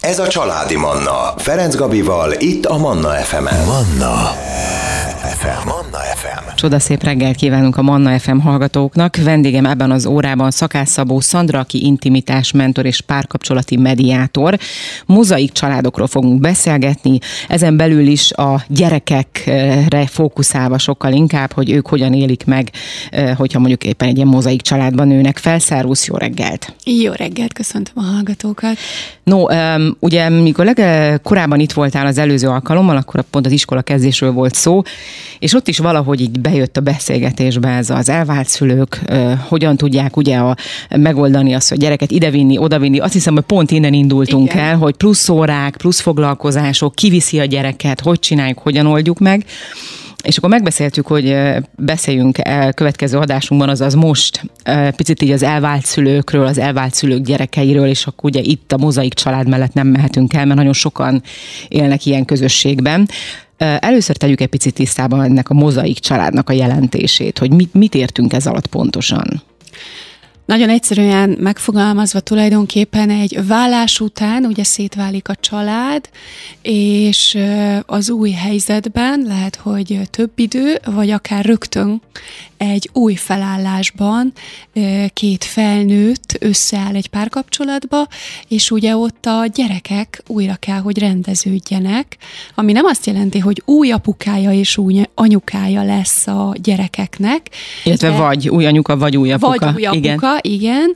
Ez a Családi Manna. Ferenc Gabival, itt a Manna FM-en. Manna FM. Manna FM. Csodaszép reggelt kívánunk a Manna FM hallgatóknak. Vendégem ebben az órában Szakász Szabó Szandra, aki intimitás mentor és párkapcsolati mediátor. Mozaik családokról fogunk beszélgetni, ezen belül is a gyerekekre fókuszálva sokkal inkább, hogy ők hogyan élik meg, hogyha mondjuk éppen egy ilyen mozaik családban nőnek fel. Szervusz, jó reggelt! Jó reggelt, köszöntöm a hallgatókat! No, ugye mikor legkorábban itt voltál az előző alkalommal, akkor pont az iskola kezdésről volt szó, és ott is valahogy így bejött a beszélgetésbe ez az elvált szülők, hogyan tudják ugye megoldani azt, hogy gyereket idevinni, odavinni. Azt hiszem, hogy pont innen indultunk el, hogy plusz órák, plusz foglalkozások, kiviszi a gyereket, hogy csináljuk, hogyan oldjuk meg. És akkor megbeszéltük, hogy beszéljünk el következő adásunkban, azaz most picit így az elvált szülőkről, az elvált szülők gyerekeiről, és akkor ugye itt a mozaik család mellett nem mehetünk el, mert nagyon sokan élnek ilyen közösségben. Először tegyük egy picit tisztában ennek a mozaik családnak a jelentését, hogy mit értünk ez alatt pontosan. Nagyon egyszerűen megfogalmazva tulajdonképpen egy vállás után ugye szétválik a család, és az új helyzetben lehet, hogy több idő, vagy akár rögtön egy új felállásban két felnőtt összeáll egy párkapcsolatba, és ugye ott a gyerekek újra kell, hogy rendeződjenek, ami nem azt jelenti, hogy új apukája és új anyukája lesz a gyerekeknek. Illetve vagy új anyuka, vagy új apuka. Vagy új apuka, igen,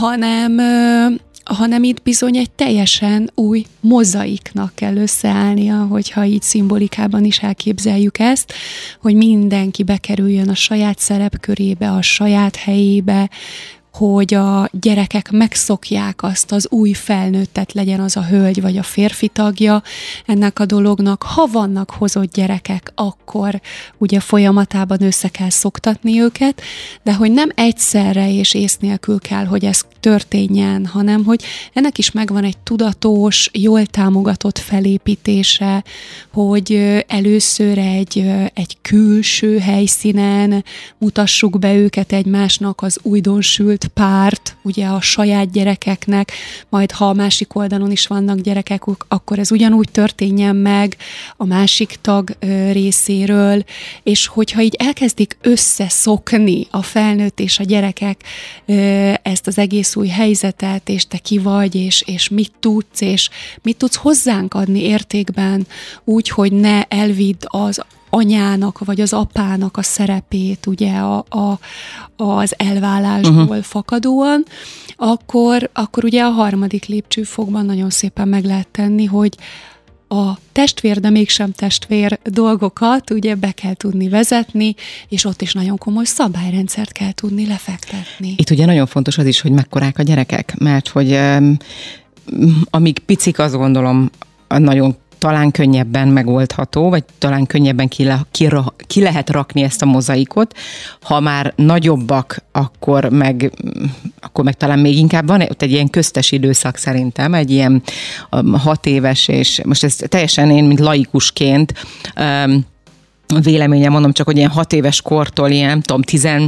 hanem itt bizony egy teljesen új mozaiknak kell összeállnia, hogyha így szimbolikában is elképzeljük ezt, hogy mindenki bekerüljön a saját szerepkörébe, a saját helyébe, hogy a gyerekek megszokják azt az új felnőttet, legyen az a hölgy vagy a férfi tagja ennek a dolognak. Ha vannak hozott gyerekek, akkor ugye folyamatában össze kell szoktatni őket, de hogy nem egyszerre és ész nélkül kell, hogy ez történjen, hanem hogy ennek is megvan egy tudatos, jól támogatott felépítése, hogy először egy külső helyszínen mutassuk be őket egymásnak, az újdonsült párt, ugye a saját gyerekeknek, majd ha a másik oldalon is vannak gyerekek, akkor ez ugyanúgy történjen meg a másik tag részéről, és hogyha így elkezdik összeszokni a felnőtt és a gyerekek ezt az egész új helyzetet, és te ki vagy, és mit tudsz hozzánk adni értékben, úgy, hogy ne elvidd az anyának vagy az apának a szerepét ugye az elválásból fakadóan, akkor ugye a harmadik lépcsőfokban nagyon szépen meg lehet tenni, hogy a testvér, de mégsem testvér dolgokat ugye be kell tudni vezetni, és ott is nagyon komoly szabályrendszert kell tudni lefektetni. Itt ugye nagyon fontos az is, hogy mekkorák a gyerekek, mert hogy amíg picik, azt gondolom, nagyon talán könnyebben megoldható, vagy talán könnyebben ki lehet rakni ezt a mozaikot. Ha már nagyobbak, akkor meg talán még inkább van ott egy ilyen köztes időszak szerintem, egy ilyen 6 éves, és most ez teljesen én, mint laikusként véleményem mondom, csak hogy ilyen 6 éves kortól ilyen, nem tudom,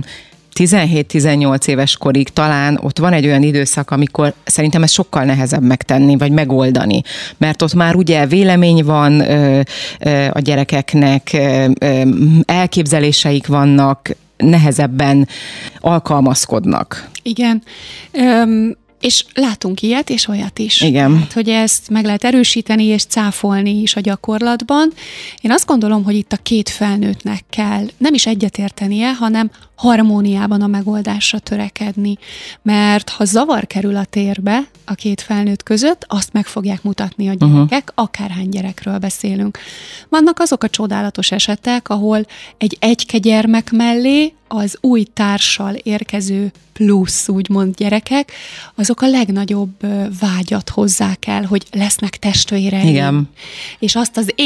17-18 éves korig talán ott van egy olyan időszak, amikor szerintem ez sokkal nehezebb megtenni, vagy megoldani. Mert ott már ugye vélemény van a gyerekeknek, elképzeléseik vannak, nehezebben alkalmazkodnak. Igen. És látunk ilyet, és olyat is. Igen. Hát, hogy ezt meg lehet erősíteni, és cáfolni is a gyakorlatban. Én azt gondolom, hogy itt a két felnőttnek kell nem is egyetértenie, hanem harmóniában a megoldásra törekedni. Mert ha zavar kerül a térbe a két felnőtt között, azt meg fogják mutatni a gyerekek, akárhány gyerekről beszélünk. Vannak azok a csodálatos esetek, ahol egy egyke gyermek mellé az új társal érkező plusz, úgymond gyerekek, azok a legnagyobb vágyat hozzák el, hogy lesznek testvéreim. Igen. És azt az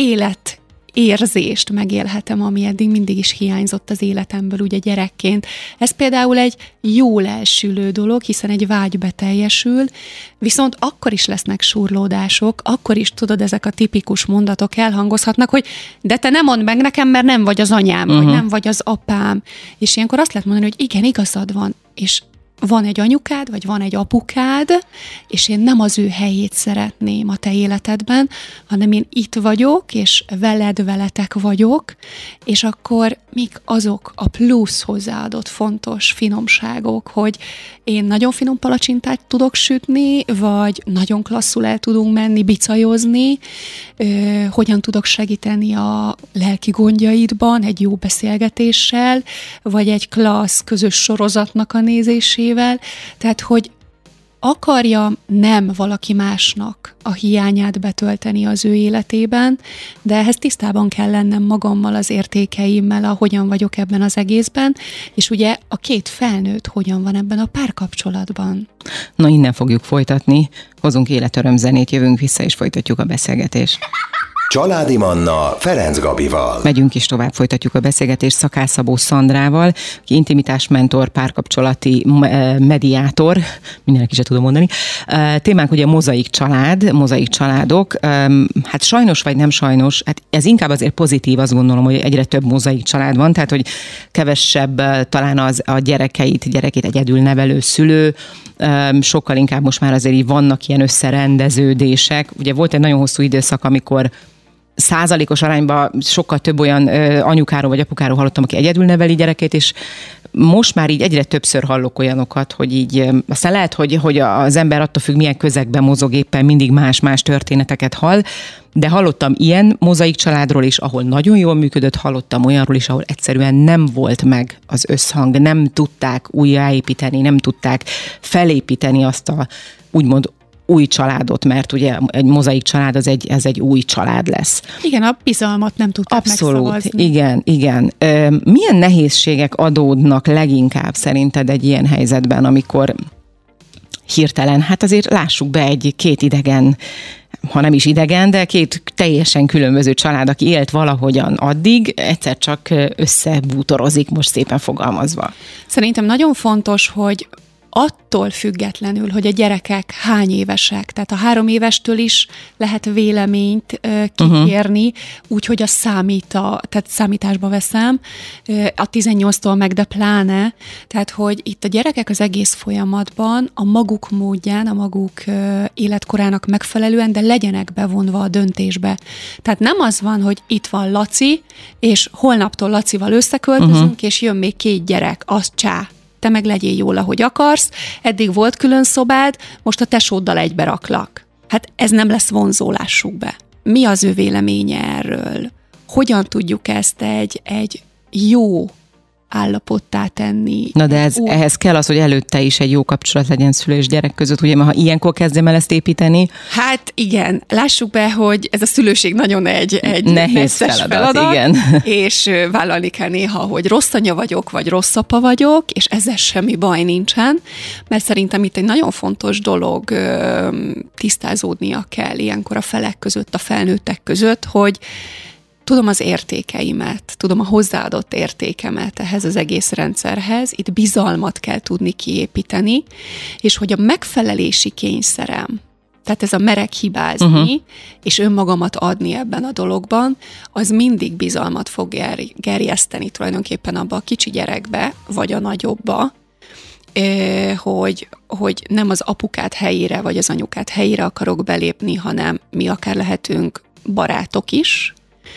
érzést megélhetem, ami eddig mindig is hiányzott az életemből, ugye gyerekként. Ez például egy jól elsülő dolog, hiszen egy vágy beteljesül, viszont akkor is lesznek surlódások, akkor is tudod, ezek a tipikus mondatok elhangozhatnak, hogy de te nem mondd meg nekem, mert nem vagy az anyám, vagy nem vagy az apám. És ilyenkor azt lehet mondani, hogy igen, igazad van, és van egy anyukád, vagy van egy apukád, és én nem az ő helyét szeretném a te életedben, hanem én itt vagyok, és veletek vagyok, és akkor mik azok a plusz hozzáadott fontos finomságok, hogy én nagyon finom palacsintát tudok sütni, vagy nagyon klasszul el tudunk menni, bicajozni, hogyan tudok segíteni a lelki gondjaidban egy jó beszélgetéssel, vagy egy klassz közös sorozatnak a nézésével, tehát hogy akarja nem valaki másnak a hiányát betölteni az ő életében, de ehhez tisztában kell lennem magammal, az értékeimmel, ahogyan vagyok ebben az egészben, és ugye a két felnőtt hogyan van ebben a párkapcsolatban. Na, innen fogjuk folytatni, hozunk életörömzenét, jövünk vissza és folytatjuk a beszélgetést. Családi Manna Ferenc Gabival. Megyünk is tovább, folytatjuk a beszélgetést Szakász Szabó Szandrával, aki intimitásmentor, párkapcsolati mediátor, mindenki se tudom mondani. Témánk ugye mozaik családok. Hát sajnos vagy nem sajnos, hát ez inkább azért pozitív, azt gondolom, hogy egyre több mozaik család van, tehát hogy kevesebb talán a gyerekét egyedül nevelő szülő, sokkal inkább most már azért így vannak ilyen összerendeződések. Ugye volt egy nagyon hosszú időszak, amikor százalékos arányban sokkal több olyan anyukáról vagy apukáról hallottam, aki egyedül neveli gyerekét, és most már így egyre többször hallok olyanokat, hogy így aztán lehet, hogy az ember attól függ, milyen közegben mozog, éppen mindig más történeteket hall, de hallottam ilyen mozaik családról is, ahol nagyon jól működött, hallottam olyanról is, ahol egyszerűen nem volt meg az összhang, nem tudták újjáépíteni, nem tudták felépíteni azt a úgymond új családot, mert ugye egy mozaik család ez egy új család lesz. Igen, a bizalmat nem tudták megszavazni. Igen. Milyen nehézségek adódnak leginkább szerinted egy ilyen helyzetben, amikor hirtelen, hát azért lássuk be két idegen, ha nem is idegen, de két teljesen különböző család, aki élt valahogyan addig, egyszer csak összebútorozik, most szépen fogalmazva. Szerintem nagyon fontos, hogy attól függetlenül, hogy a gyerekek hány évesek, tehát a 3 évestől is lehet véleményt kikérni, úgyhogy az tehát számításba veszem, a 18-tól meg, de pláne, tehát hogy itt a gyerekek az egész folyamatban a maguk módján, a maguk életkorának megfelelően, de legyenek bevonva a döntésbe. Tehát nem az van, hogy itt van Laci, és holnaptól Lacival összeköltözünk, és jön még 2 gyerek, az csá. Te meg legyél jól, ahogy akarsz, eddig volt külön szobád, most a tesóddal egybe raklak. Hát ez nem lesz vonzólássuk be. Mi az ő véleménye erről? Hogyan tudjuk ezt egy jó állapottá tenni? Na de ehhez kell az, hogy előtte is egy jó kapcsolat legyen szülő és gyerek között, ugye, ha ilyenkor kezdjem el ezt építeni. Hát igen, lássuk be, hogy ez a szülőség nagyon egy nehéz feladat, igen. És vállalni kell néha, hogy rossz anya vagyok, vagy rossz apa vagyok, és ezzel semmi baj nincsen, mert szerintem itt egy nagyon fontos dolog tisztázódnia kell ilyenkor a felek között, a felnőttek között, hogy tudom az értékeimet, tudom a hozzáadott értékemet ehhez az egész rendszerhez, itt bizalmat kell tudni kiépíteni, és hogy a megfelelési kényszerem, tehát ez a mereg hibázni, és önmagamat adni ebben a dologban, az mindig bizalmat fog gerjeszteni tulajdonképpen abba a kicsi gyerekbe, vagy a nagyobba, hogy nem az apukát helyére, vagy az anyukát helyére akarok belépni, hanem mi akár lehetünk barátok is,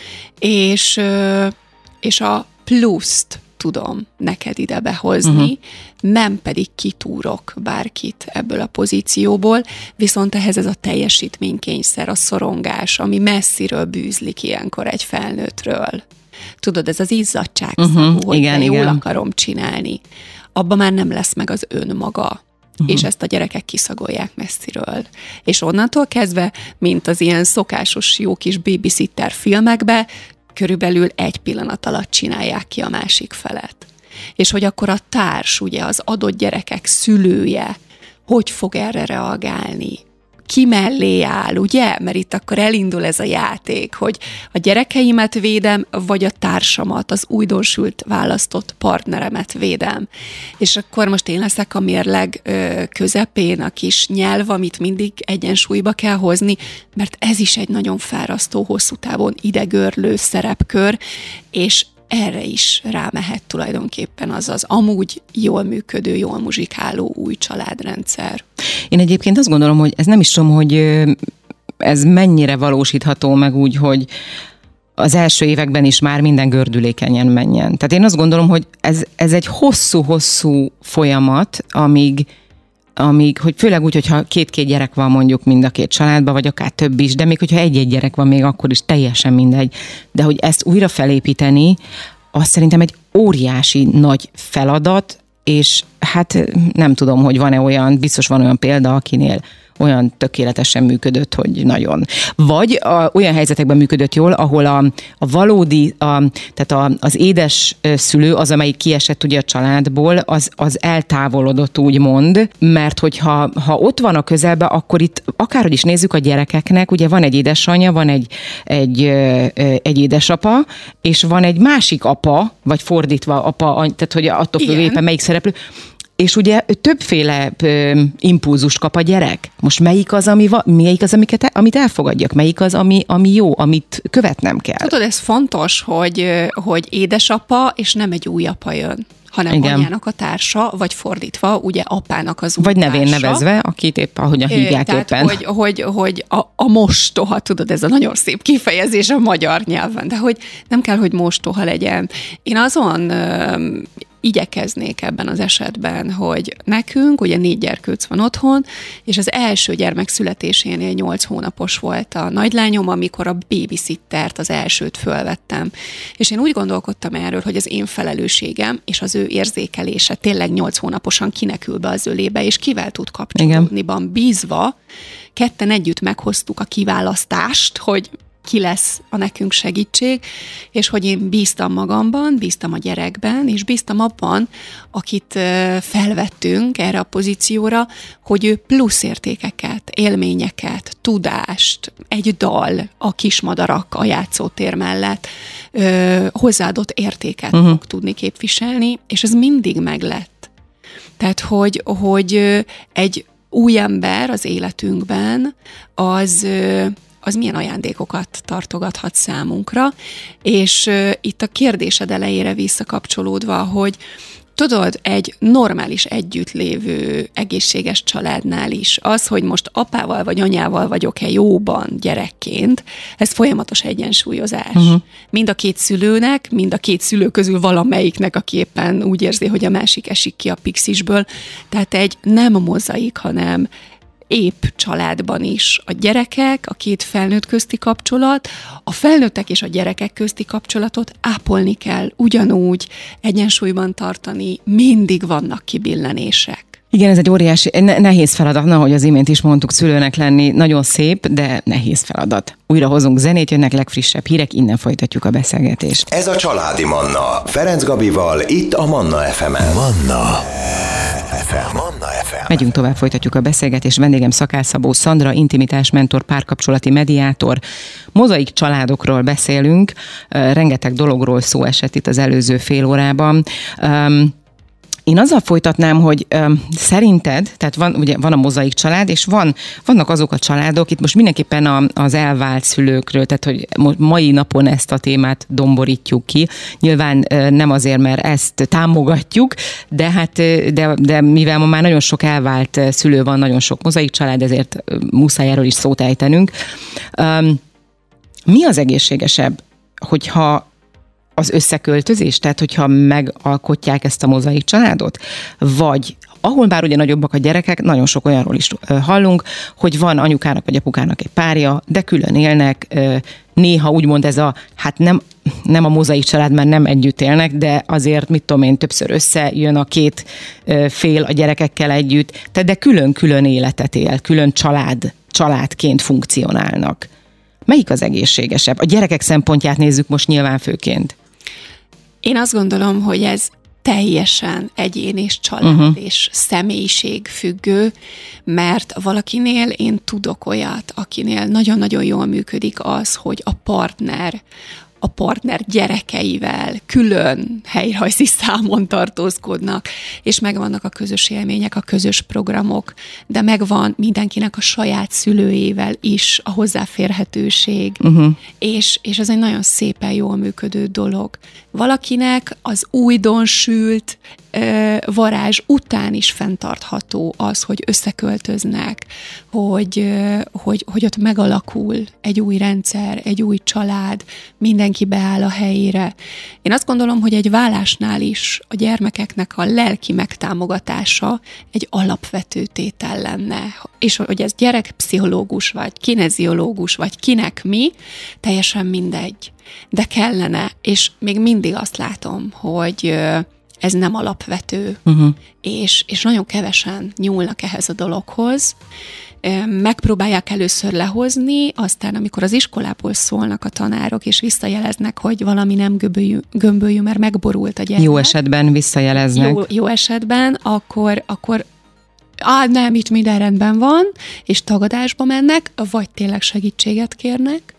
és a pluszt tudom neked ide behozni, nem pedig kitúrok bárkit ebből a pozícióból, viszont ehhez ez a teljesítménykényszer, a szorongás, ami messziről bűzlik ilyenkor egy felnőttről. Tudod, ez az izzadságszagú, hogy jól akarom csinálni. Abban már nem lesz meg az önmaga. És ezt a gyerekek kiszagolják messziről. És onnantól kezdve, mint az ilyen szokásos jó kis babysitter filmekbe, körülbelül 1 pillanat alatt csinálják ki a másik felet. És hogy akkor a társ, ugye az adott gyerekek szülője, hogy fog erre reagálni? Ki mellé áll, ugye? Mert itt akkor elindul ez a játék, hogy a gyerekeimet védem, vagy a társamat, az újdonsült választott partneremet védem. És akkor most én leszek a mérleg közepén, a kis nyelv, amit mindig egyensúlyba kell hozni, mert ez is egy nagyon fárasztó, hosszú távon idegörlő szerepkör, és erre is rámehet tulajdonképpen az amúgy jól működő, jól muzsikáló új családrendszer. Én egyébként azt gondolom, hogy ez nem is tudom, hogy ez mennyire valósítható meg úgy, hogy az első években is már minden gördülékenyen menjen. Tehát én azt gondolom, hogy ez egy hosszú-hosszú folyamat, amíg, hogy főleg úgy, hogyha két gyerek van mondjuk mind a két családban, vagy akár több is, de még hogyha egy gyerek van, még akkor is teljesen mindegy. De hogy ezt újra felépíteni, az szerintem egy óriási nagy feladat, és hát nem tudom, hogy van-e olyan, biztos van olyan példa, akinél olyan tökéletesen működött, hogy nagyon. Vagy olyan helyzetekben működött jól, ahol a valódi, tehát az édes szülő, az, amelyik kiesett ugye a családból, az eltávolodott úgymond, mert hogyha ott van a közelben, akkor itt akárhogy is nézzük a gyerekeknek, ugye van egy édesanyja, van egy édesapa, és van egy másik apa, vagy fordítva apa, tehát hogy attól függ éppen melyik szereplő, és ugye többféle impulzust kap a gyerek. Most melyik az, amit elfogadjak? Melyik az, ami jó, amit követnem kell? Tudod, ez fontos, hogy édesapa, és nem egy új apa jön, hanem igen. anyjának a társa, vagy fordítva, ugye apának az új vagy nevén társa. nevezve, akit épp ahogyan hívják tehát, éppen. hogy a mostoha, tudod, ez a nagyon szép kifejezés a magyar nyelven, de hogy nem kell, hogy mostoha legyen. Én azon igyekeznék ebben az esetben, hogy nekünk, ugye 4 gyerkőc van otthon, és az első gyermek születésénél 8 hónapos volt a nagylányom, amikor a babysittert, az elsőt fölvettem. És én úgy gondolkodtam erről, hogy az én felelősségem és az ő érzékelése tényleg 8 hónaposan kinek ül be az ölébe, és kivel tud kapcsolódniban bízva, ketten együtt meghoztuk a kiválasztást, hogy ki lesz a nekünk segítség, és hogy én bíztam magamban, bíztam a gyerekben, és bíztam abban, akit felvettünk erre a pozícióra, hogy ő plusz értékeket, élményeket, tudást, egy dal a kismadarak a játszótér mellett hozzáadott értéket fog tudni képviselni, és ez mindig meglett. Tehát, hogy egy új ember az életünkben az milyen ajándékokat tartogathat számunkra, és itt a kérdésed elejére visszakapcsolódva, hogy tudod, egy normális együttlévő egészséges családnál is az, hogy most apával vagy anyával vagyok-e jóban gyerekként, ez folyamatos egyensúlyozás. Mind a két szülőnek, mind a két szülő közül valamelyiknek, aki éppen úgy érzi, hogy a másik esik ki a pixisből. Tehát egy nem mozaik, hanem épp családban is a gyerekek, a két felnőtt közti kapcsolat, a felnőttek és a gyerekek közti kapcsolatot ápolni kell, ugyanúgy egyensúlyban tartani, mindig vannak kibillenések. Igen, ez egy óriási, nehéz feladat, ahogy az imént is mondtuk, szülőnek lenni, nagyon szép, de nehéz feladat. Újra hozunk zenét, jönnek legfrissebb hírek, innen folytatjuk a beszélgetést. Ez a Családi Manna, Ferenc Gabival, itt a Manna FM-en. Manna FM. Megyünk tovább, folytatjuk a beszélgetést. Vendégem Szakács Szabó Szandra, intimitásmentor, párkapcsolati mediátor. Mozaik családokról beszélünk, rengeteg dologról szó esett itt az előző fél órában. Én azzal folytatnám, hogy szerinted, tehát van a mozaik család, és vannak azok a családok, itt most mindenképpen az elvált szülőkről, tehát hogy mai napon ezt a témát domborítjuk ki. Nyilván nem azért, mert ezt támogatjuk, de mivel ma már nagyon sok elvált szülő van, nagyon sok mozaik család, ezért muszáj erről is szót ejtenünk. Mi az egészségesebb, hogyha az összeköltözés, tehát hogyha megalkotják ezt a mozaik családot, vagy ahol bár ugye nagyobbak a gyerekek, nagyon sok olyanról is hallunk, hogy van anyukának vagy apukának egy párja, de külön élnek, néha úgymond ez hát nem a mozaik család, mert nem együtt élnek, de azért, mit tudom én, többször összejön a két fél a gyerekekkel együtt, de külön-külön életet él, külön családként funkcionálnak. Melyik az egészségesebb? A gyerekek szempontját nézzük most nyilván főként. Én azt gondolom, hogy ez teljesen egyén és család és személyiség függő, mert valakinél én tudok olyat, akinél nagyon-nagyon jól működik az, hogy a partner gyerekeivel külön helyrajzi számon tartózkodnak, és megvannak a közös élmények, a közös programok, de megvan mindenkinek a saját szülőjével is a hozzáférhetőség, és ez egy nagyon szépen jól működő dolog. Valakinek az újdonsült varázs után is fenntartható az, hogy összeköltöznek, hogy ott megalakul egy új rendszer, egy új család, mindenki beáll a helyére. Én azt gondolom, hogy egy válásnál is a gyermekeknek a lelki megtámogatása egy alapvető tétel lenne. És hogy ez gyerekpszichológus, vagy kineziológus, vagy kinek mi, teljesen mindegy. De kellene, és még mindig azt látom, hogy ez nem alapvető, és nagyon kevesen nyúlnak ehhez a dologhoz. Megpróbálják először lehozni, aztán amikor az iskolából szólnak a tanárok, és visszajeleznek, hogy valami nem gömbölyű, mert megborult a gyermek. Jó esetben visszajeleznek. Jó esetben, akkor nem, itt minden rendben van, és tagadásba mennek, vagy tényleg segítséget kérnek,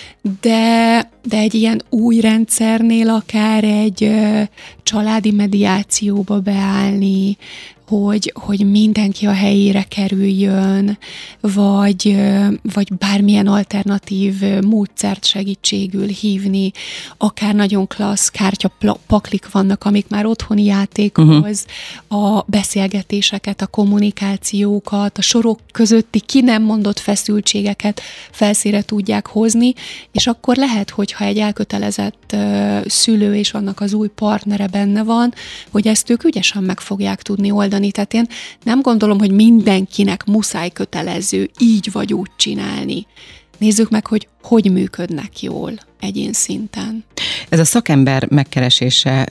de egy ilyen új rendszernél akár egy családi mediációba beállni, hogy mindenki a helyére kerüljön, vagy bármilyen alternatív módszert segítségül hívni, akár nagyon klassz kártyapaklik vannak, amik már otthoni játékhoz, a beszélgetéseket, a kommunikációkat, a sorok közötti ki nem mondott feszültségeket felszínre tudják hozni, és akkor lehet, hogyha egy elkötelezett szülő és annak az új partnere benne van, hogy ezt ők ügyesen meg fogják tudni oldani. Tehát én nem gondolom, hogy mindenkinek muszáj kötelező így vagy úgy csinálni. Nézzük meg, hogy működnek jól egyén szinten. Ez a szakember megkeresése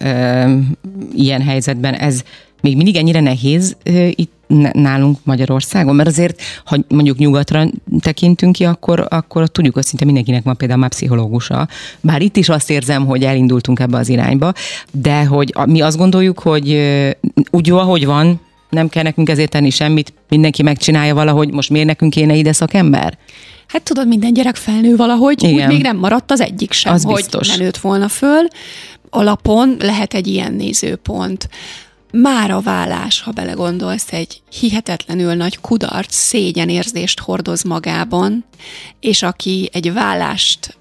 ilyen helyzetben, ez még mindig ennyire nehéz itt nálunk Magyarországon? Mert azért, ha mondjuk nyugatra tekintünk ki, akkor tudjuk, hogy szinte mindenkinek van például már pszichológusa. Bár itt is azt érzem, hogy elindultunk ebbe az irányba, de hogy mi azt gondoljuk, hogy úgy jó, ahogy van, nem kell nekünk ezért tenni semmit, mindenki megcsinálja valahogy, most miért nekünk kéne ide szakember? Hát tudod, minden gyerek felnő valahogy, úgy még nem maradt az egyik sem, az hogy biztos. Ne nőtt volna föl. Alapon lehet egy ilyen nézőpont. Már a vállás, ha belegondolsz, egy hihetetlenül nagy kudarc, szégyenérzést hordoz magában, és aki egy vállást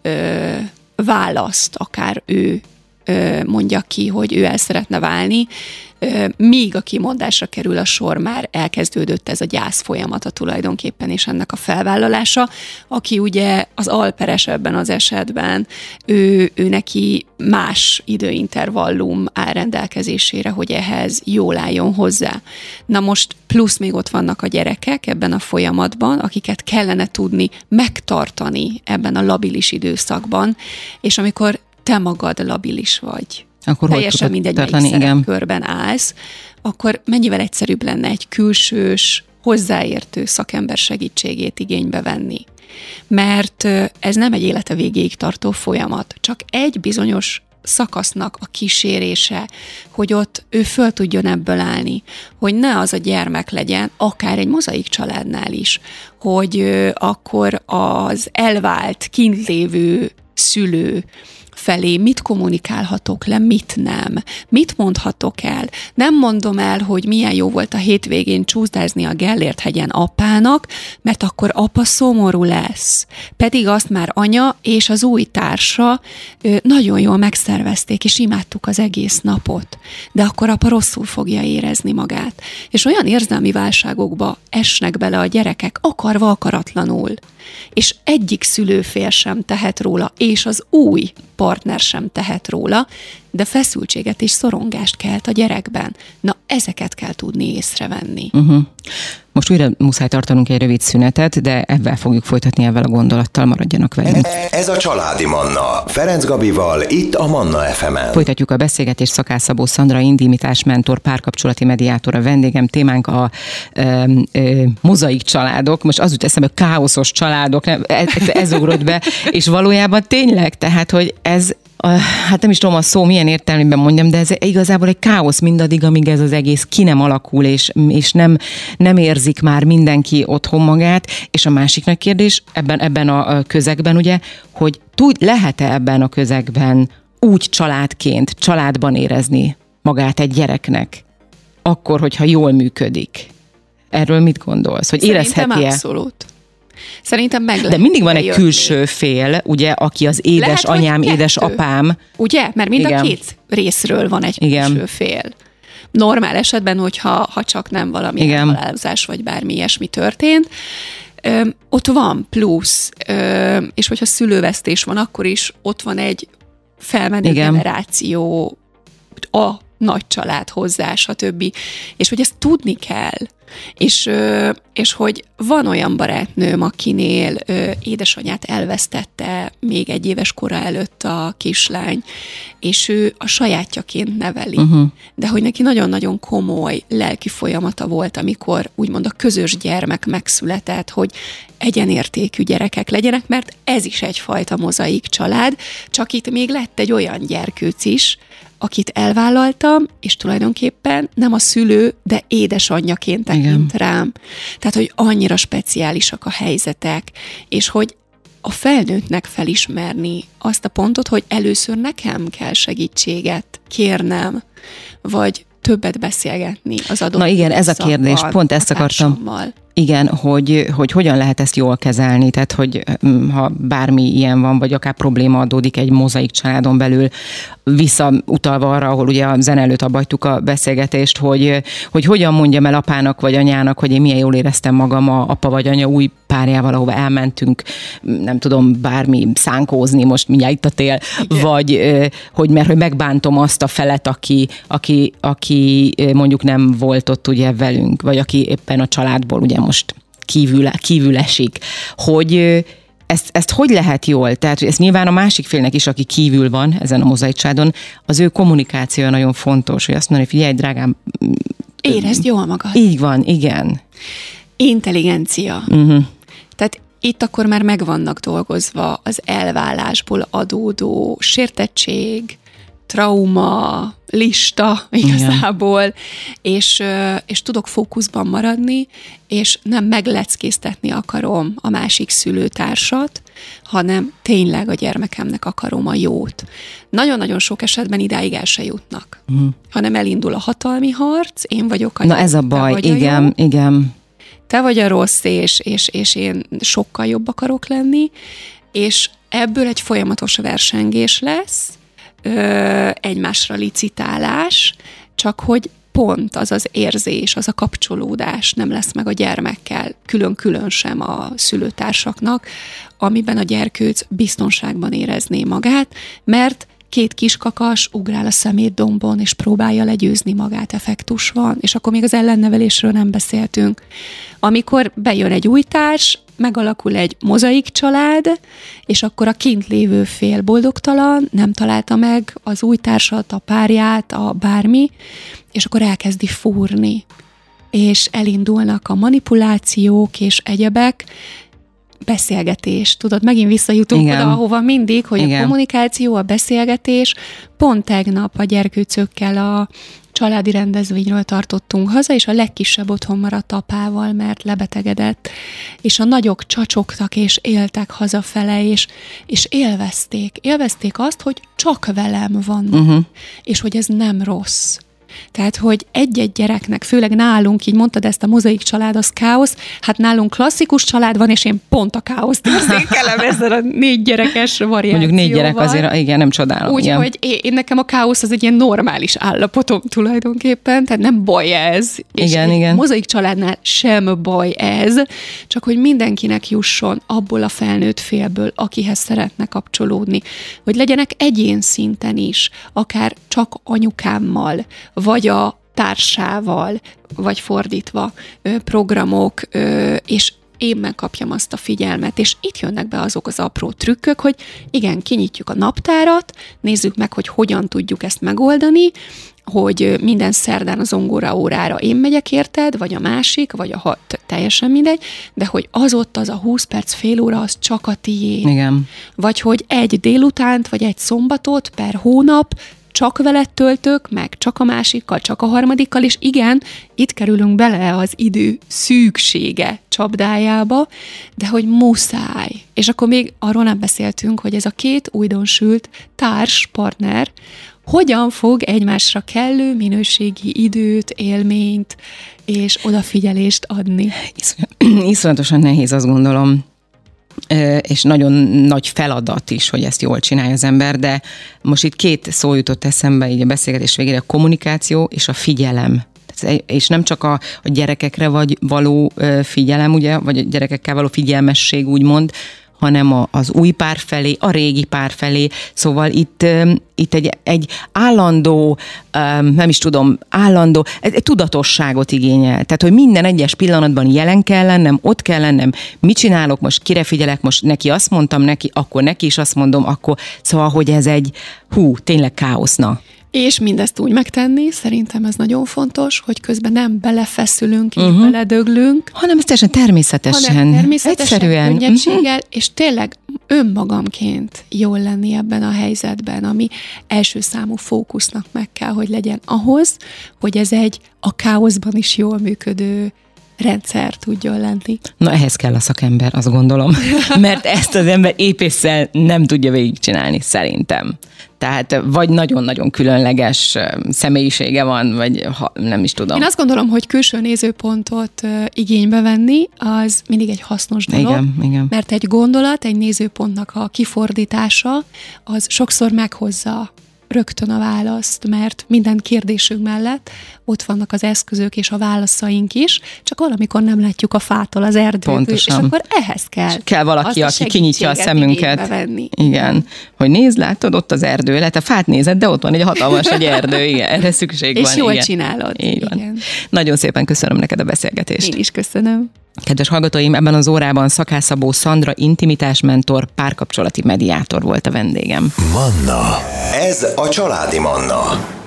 választ, akár ő mondja ki, hogy ő el szeretne válni, míg a kimondásra kerül a sor, már elkezdődött ez a gyász folyamata tulajdonképpen, és ennek a felvállalása. Aki ugye az alperes ebben az esetben, ő neki más időintervallum áll rendelkezésére, hogy ehhez jól álljon hozzá. Na most plusz még ott vannak a gyerekek ebben a folyamatban, akiket kellene tudni megtartani ebben a labilis időszakban, és amikor te magad labilis vagy, akkor teljesen mindegy, melyik szerepkörben állsz, akkor mennyivel egyszerűbb lenne egy külsős, hozzáértő szakember segítségét igénybe venni. Mert ez nem egy élete végéig tartó folyamat, csak egy bizonyos szakasznak a kísérése, hogy ott ő föl tudjon ebből állni, hogy ne az a gyermek legyen, akár egy mozaik családnál is, hogy akkor az elvált, kint lévő szülő felé mit kommunikálhatok le, mit nem, mit mondhatok el. Nem mondom el, hogy milyen jó volt a hétvégén csúszdázni a Gellért-hegyen apának, mert akkor apa szomorú lesz. Pedig azt már anya és az új társa nagyon jól megszervezték, és imádtuk az egész napot. De akkor apa rosszul fogja érezni magát. És olyan érzelmi válságokba esnek bele a gyerekek, akarva akaratlanul. És egyik szülőfél sem tehet róla, és az új partner sem tehet róla, de feszültséget és szorongást kelt a gyerekben. Na, ezeket kell tudni észrevenni. Most újra muszáj tartanunk egy rövid szünetet, de ebben fogjuk folytatni, ezzel a gondolattal, maradjanak velünk. Ez a Családi Manna. Ferenc Gabival, itt a Manna FM-en. Folytatjuk a beszélgetést. Szakász Szabó Szandra, intimitás mentor, párkapcsolati mediátor a vendégem. Témánk a mozaik családok. Most az jut eszembe, a káoszos családok, ez ugrott be, és valójában tényleg, tehát, hogy ez hát nem is tudom a szó milyen értelmében mondjam, de ez igazából egy káosz mindaddig, amíg ez az egész ki nem alakul, és nem érzik már mindenki otthon magát. És a másik nagy kérdés ebben a közegben ugye, hogy lehet-e ebben a közegben úgy családban érezni magát egy gyereknek, akkor, hogyha jól működik? Erről mit gondolsz? Hogy Szerintem érezheti-e? Abszolút. Szerintem meg lehet. De mindig van egy külső fél, ugye, aki az édesanyám, édesapám. Ugye? Mert mind a két részről van egy külső fél. Normál esetben, hogyha csak nem valami halálozás, vagy bármi ilyesmi történt, ott van plusz, és hogyha szülővesztés van, akkor is ott van egy felmenő generáció, a nagy család hozzá, stb. És hogy ezt tudni kell. És hogy van olyan barátnőm, akinél édesanyját elvesztette még 1 éves kora előtt a kislány, és ő a sajátjaként neveli. De hogy neki nagyon-nagyon komoly lelki folyamata volt, amikor úgymond a közös gyermek megszületett, hogy egyenértékű gyerekek legyenek, mert ez is egyfajta mozaik család, csak itt még lett egy olyan gyerkőc is, akit elvállaltam, és tulajdonképpen nem a szülő, de édesanyjaként tekint rám. Tehát, hogy annyira speciálisak a helyzetek, és hogy a felnőttnek felismerni azt a pontot, hogy először nekem kell segítséget kérnem, vagy többet beszélgetni az adott. Na igen, ez a kérdés, pont ezt akartam. Igen, hogy hogyan lehet ezt jól kezelni, tehát hogy ha bármi ilyen van, vagy akár probléma adódik egy mozaik családon belül, visszautalva arra, ahol ugye a zene előtt abbajtuk a beszélgetést, hogy hogyan mondjam el apának vagy anyának, hogy én milyen jól éreztem magam a apa vagy anya új párjával, ahova elmentünk, nem tudom, bármi szánkózni, most mindjárt itt a tél, vagy hogy megbántom azt a felet, aki mondjuk nem volt ott ugye velünk, vagy aki éppen a családból ugye most kívül esik, hogy ezt hogy lehet jól? Tehát ez nyilván a másik félnek is, aki kívül van ezen a mozaik családon, az ő kommunikációja nagyon fontos, hogy azt mondja, hogy figyelj, drágám, érezd jól magad. Így van, igen. Intelligencia. Tehát itt akkor már meg vannak dolgozva az elválásból adódó sértettség, trauma, lista igazából, és tudok fókuszban maradni, és nem megleckéztetni akarom a másik szülőtársat, hanem tényleg a gyermekemnek akarom a jót. Nagyon-nagyon sok esetben idáig el se jutnak, hanem elindul a hatalmi harc, én vagyok a jó, ez a baj, igen. Te vagy a rossz, és én sokkal jobb akarok lenni, és ebből egy folyamatos versengés lesz, egymásra licitálás, csak hogy pont az az érzés, az a kapcsolódás nem lesz meg a gyermekkel, külön-külön sem a szülőtársaknak, amiben a gyerkőc biztonságban érezné magát, mert 2 kiskakas ugrál a szemétdombon, és próbálja legyőzni magát, effektus van, és akkor még az ellennevelésről nem beszéltünk. Amikor bejön egy új társ, megalakul egy mozaik család, és akkor a kint lévő fél boldogtalan, nem találta meg az új társat, a párját, a bármi, és akkor elkezdi fúrni. És elindulnak a manipulációk és egyebek, beszélgetés. Tudod, megint visszajutunk oda, ahova mindig, hogy a kommunikáció, a beszélgetés. Pont tegnap a gyerkőcökkel a családi rendezvényről tartottunk haza, és a legkisebb otthon maradt apával, mert lebetegedett, és a nagyok csacsogtak, és éltek hazafele, és élvezték azt, hogy csak velem van, és hogy ez nem rossz. Tehát, hogy egy-egy gyereknek, főleg nálunk, így mondtad ezt a mozaik család, az káosz, hát nálunk klasszikus család van, és én pont a káoszt érzékelem ezzel a 4 gyerekes variációval. Mondjuk 4 gyerek azért, igen, nem csodálom. Úgyhogy én nekem a káosz az egy ilyen normális állapotom tulajdonképpen, tehát nem baj ez. Igen. Mozaik családnál sem baj ez, csak hogy mindenkinek jusson abból a felnőtt félből, akihez szeretne kapcsolódni, hogy legyenek egyén szinten is, akár csak anyukámmal, vagy a társával, vagy fordítva programok, és én megkapjam azt a figyelmet, és itt jönnek be azok az apró trükkök, hogy igen, kinyitjuk a naptárat, nézzük meg, hogy hogyan tudjuk ezt megoldani, hogy minden szerdán az zongora órára én megyek érted, vagy a másik, vagy teljesen mindegy, de hogy az ott az a 20 perc, fél óra, az csak a tiéd. Igen. Vagy hogy egy délutánt, vagy egy szombatot per hónap csak veled töltök, meg csak a másikkal, csak a harmadikkal, és igen, itt kerülünk bele az idő szűksége csapdájába, de hogy muszáj. És akkor még arról nem beszéltünk, hogy ez a 2 újdonsült társ, partner, hogyan fog egymásra kellő minőségi időt, élményt és odafigyelést adni. Iszonyatosan nehéz, azt gondolom. és nagyon nagy feladat is, hogy ezt jól csinálja az ember, de most itt 2 szó jutott eszembe így a beszélgetés végére, a kommunikáció és a figyelem. És nem csak a gyerekekre való figyelem, ugye, vagy a gyerekekkel való figyelmesség, úgymond, hanem az új pár felé, a régi pár felé. Szóval itt egy állandó, nem is tudom, egy tudatosságot igényel. Tehát, hogy minden egyes pillanatban jelen kell lennem, ott kell lennem, mit csinálok, most kire figyelek, most neki azt mondtam, akkor neki is azt mondom, akkor szóval, hogy ez egy, tényleg káoszna. És mindezt úgy megtenni, szerintem ez nagyon fontos, hogy közben nem belefeszülünk és beledöglünk. Hanem ez teljesen természetesen. Egyszerűen. Könnyedséggel, és tényleg önmagamként jól lenni ebben a helyzetben, ami első számú fókusznak meg kell, hogy legyen ahhoz, hogy ez a káoszban is jól működő rendszer tudjon lenni. Na, ehhez kell a szakember, azt gondolom. Mert ezt az ember épésszel nem tudja végigcsinálni, szerintem. Tehát vagy nagyon-nagyon különleges személyisége van, vagy nem is tudom. Én azt gondolom, hogy külső nézőpontot igénybe venni, az mindig egy hasznos dolog. Igen. Mert egy gondolat, egy nézőpontnak a kifordítása, az sokszor meghozza rögtön a választ, mert minden kérdésünk mellett ott vannak az eszközök és a válaszaink is, csak valamikor nem látjuk a fától az erdőt, és akkor ehhez kell valaki, aki kinyitja a szemünket. Igen. Hogy nézd, látod, ott az erdő, lehet a fát nézed, de ott van egy hatalmas egy erdő, igen, erre szükség van. És jól csinálod. Így van. Igen. Nagyon szépen köszönöm neked a beszélgetést. Én is köszönöm. Kedves hallgatóim, ebben az órában Szakács Szabó Szandra intimitásmentor, párkapcsolati mediátor volt a vendégem. Manna. Ez a Családi Manna.